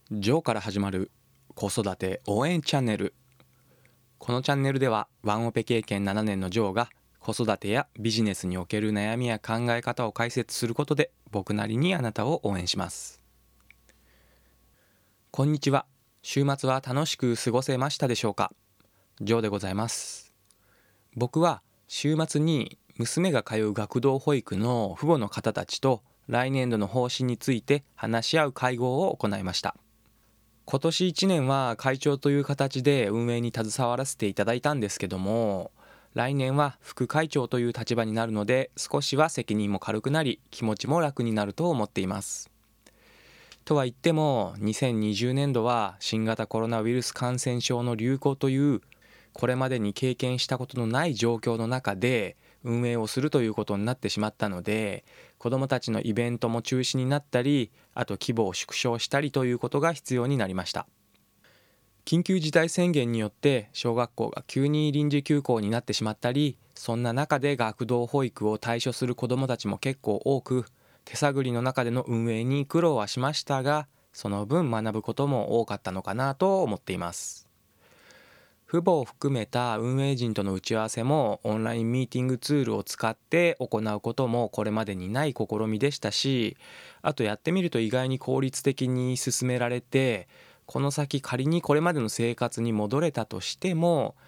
ジョーから始まる子育て応援チャンネル。このチャンネルではワンオペ経験7年のジョーが子育てやビジネスにおける悩みや考え方を解説することで僕なりにあなたを応援します。こんにちは。週末は楽しく過ごせましたでしょうか。ジョーでございます。僕は週末に娘が通う学童保育の父母の方たちと来年度の方針について話し合う会合を行いました。今年1年は会長という形で運営に携わらせていただいたんですけども、来年は副会長という立場になるので少しは責任も軽くなり気持ちも楽になると思っています。とは言っても2020年度は新型コロナウイルス感染症の流行というこれまでに経験したことのない状況の中で運営をするということになってしまったので、子どもたちのイベントも中止になったり、あと規模を縮小したりということが必要になりました。緊急事態宣言によって小学校が急に臨時休校になってしまったり、そんな中で学童保育を対処する子どもたちも結構多く、手探りの中での運営に苦労はしましたが、その分学ぶことも多かったのかなと思っています。父母を含めた運営陣との打ち合わせもオンラインミーティングツールを使って行うこともこれまでにない試みでしたし、あとやってみると意外に効率的に進められて、この先仮にこれまでの生活に戻れたとしても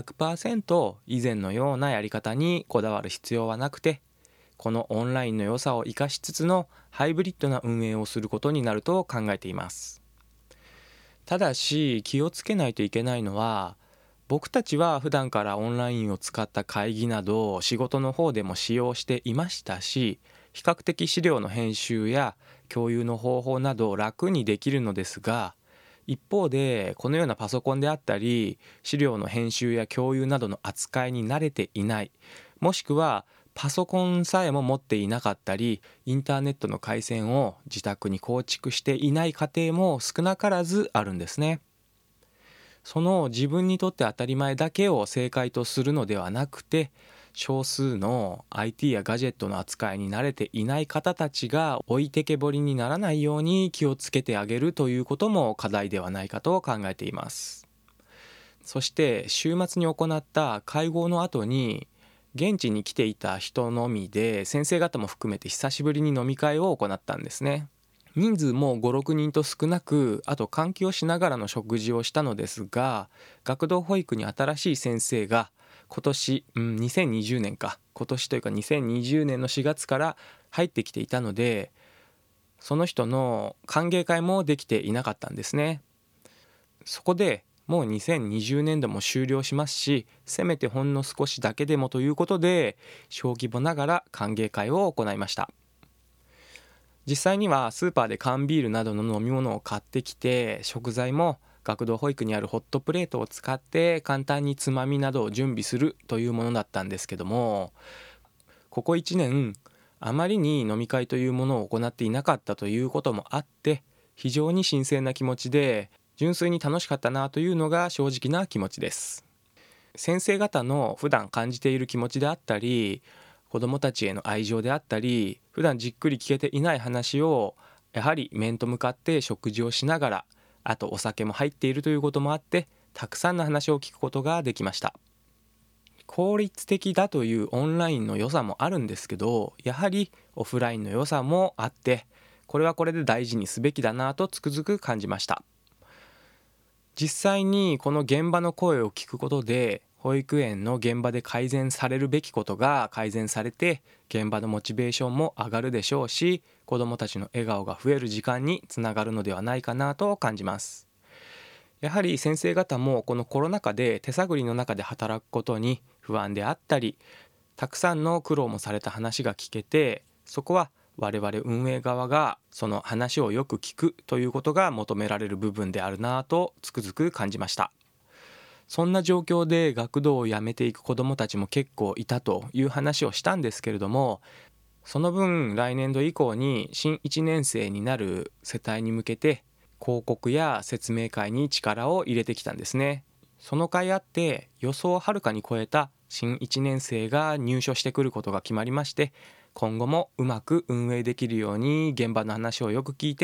100% 以前のようなやり方にこだわる必要はなくて、このオンラインの良さを生かしつつのハイブリッドな運営をすることになると考えています。ただし気をつけないといけないのは、僕たちは普段からオンラインを使った会議など仕事の方でも使用していましたし、比較的資料の編集や共有の方法など楽にできるのですが、一方でこのようなパソコンであったり資料の編集や共有などの扱いに慣れていない、もしくはパソコンさえも持っていなかったり、インターネットの回線を自宅に構築していない家庭も少なからずあるんですね。その自分にとって当たり前だけを正解とするのではなくて、少数の IT やガジェットの扱いに慣れていない方たちが置いてけぼりにならないように気をつけてあげるということも課題ではないかと考えています。そして週末に行った会合の後に、現地に来ていた人のみで先生方も含めて久しぶりに飲み会を行ったんですね。人数も5、6人と少なく、あと換気をしながらの食事をしたのですが、学童保育に新しい先生が今年、2020年か、今年というか2020年の4月から入ってきていたので、その人の歓迎会もできていなかったんですね。そこでもう2020年度も終了しますし、せめてほんの少しだけでもということで、小規模ながら歓迎会を行いました。実際にはスーパーで缶ビールなどの飲み物を買ってきて、食材も学童保育にあるホットプレートを使って簡単につまみなどを準備するというものだったんですけども、ここ1年あまりに飲み会というものを行っていなかったということもあって、非常に新鮮な気持ちで純粋に楽しかったなというのが正直な気持ちです。先生方の普段感じている気持ちであったり、子どもたちへの愛情であったり、普段じっくり聞けていない話をやはり面と向かって食事をしながら、あとお酒も入っているということもあって、たくさんの話を聞くことができました。効率的だというオンラインの良さもあるんですけど、やはりオフラインの良さもあって、これはこれで大事にすべきだなとつくづく感じました。実際にこの現場の声を聞くことで、保育園の現場で改善されるべきことが改善されて、現場のモチベーションも上がるでしょうし、子どもたちの笑顔が増える時間につながるのではないかなと感じます。やはり先生方もこのコロナ禍で手探りの中で働くことに不安であったり、たくさんの苦労もされた話が聞けて、そこは我々運営側がその話をよく聞くということが求められる部分であるなとつくづく感じました。そんな状況で学童を辞めていく子どもたちも結構いたという話をしたんですけれども、その分来年度以降に新1年生になる世帯に向けて広告や説明会に力を入れてきたんですね。その甲斐あって予想をはるかに超えた新1年生が入所してくることが決まりまして、今後もうまく運営できるように現場の話をよく聞いて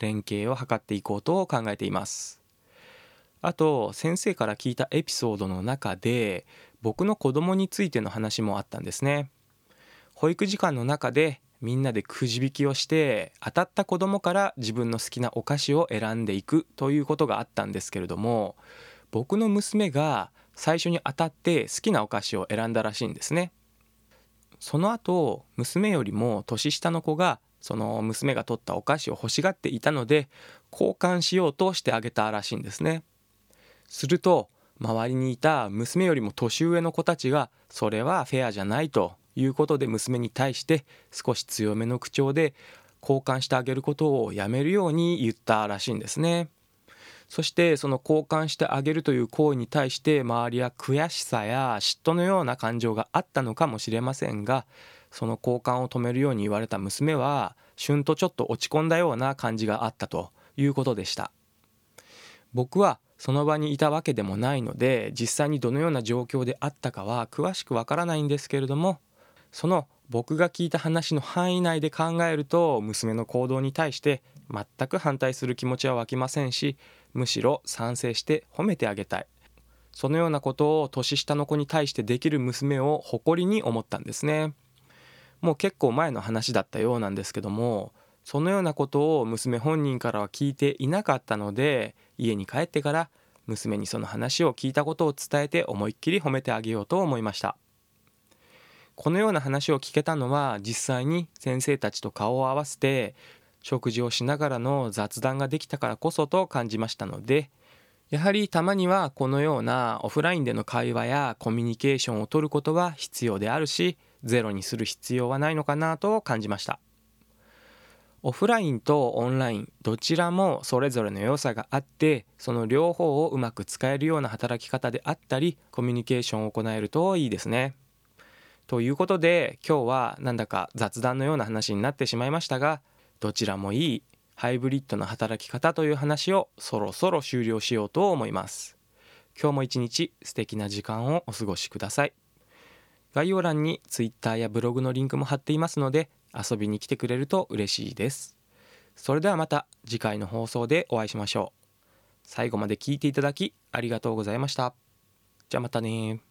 連携を図っていこうと考えています。あと先生から聞いたエピソードの中で僕の子供についての話もあったんですね。保育時間の中でみんなでくじ引きをして当たった子供から自分の好きなお菓子を選んでいくということがあったんですけれども、僕の娘が最初に当たって好きなお菓子を選んだらしいんですね。その後娘よりも年下の子がその娘が取ったお菓子を欲しがっていたので交換しようとしてあげたらしいんですね。すると周りにいた娘よりも年上の子たちがそれはフェアじゃないということで娘に対して少し強めの口調で交換してあげることをやめるように言ったらしいんですね。そしてその交換してあげるという行為に対して周りは悔しさや嫉妬のような感情があったのかもしれませんが、その交換を止めるように言われた娘は旬とちょっと落ち込んだような感じがあったということでした。僕はその場にいたわけでもないので実際にどのような状況であったかは詳しくわからないんですけれども、その僕が聞いた話の範囲内で考えると娘の行動に対して全く反対する気持ちは湧きませんし、むしろ賛成して褒めてあげたい。そのようなことを年下の子に対してできる娘を誇りに思ったんですね。もう結構前の話だったようなんですけども、そのようなことを娘本人からは聞いていなかったので、家に帰ってから娘にその話を聞いたことを伝えて思いっきり褒めてあげようと思いました。このような話を聞けたのは実際に先生たちと顔を合わせて食事をしながらの雑談ができたからこそと感じましたので、やはりたまにはこのようなオフラインでの会話やコミュニケーションを取ることは必要であるし、ゼロにする必要はないのかなと感じました。オフラインとオンラインどちらもそれぞれの良さがあって、その両方をうまく使えるような働き方であったりコミュニケーションを行えるといいですね。ということで今日はなんだか雑談のような話になってしまいましたが、どちらもいいハイブリッドな働き方という話をそろそろ終了しようと思います。今日も一日素敵な時間をお過ごしください。概要欄に Twitter やブログのリンクも貼っていますので遊びに来てくれると嬉しいです。それではまた次回の放送でお会いしましょう。最後まで聞いていただきありがとうございました。じゃあまたね。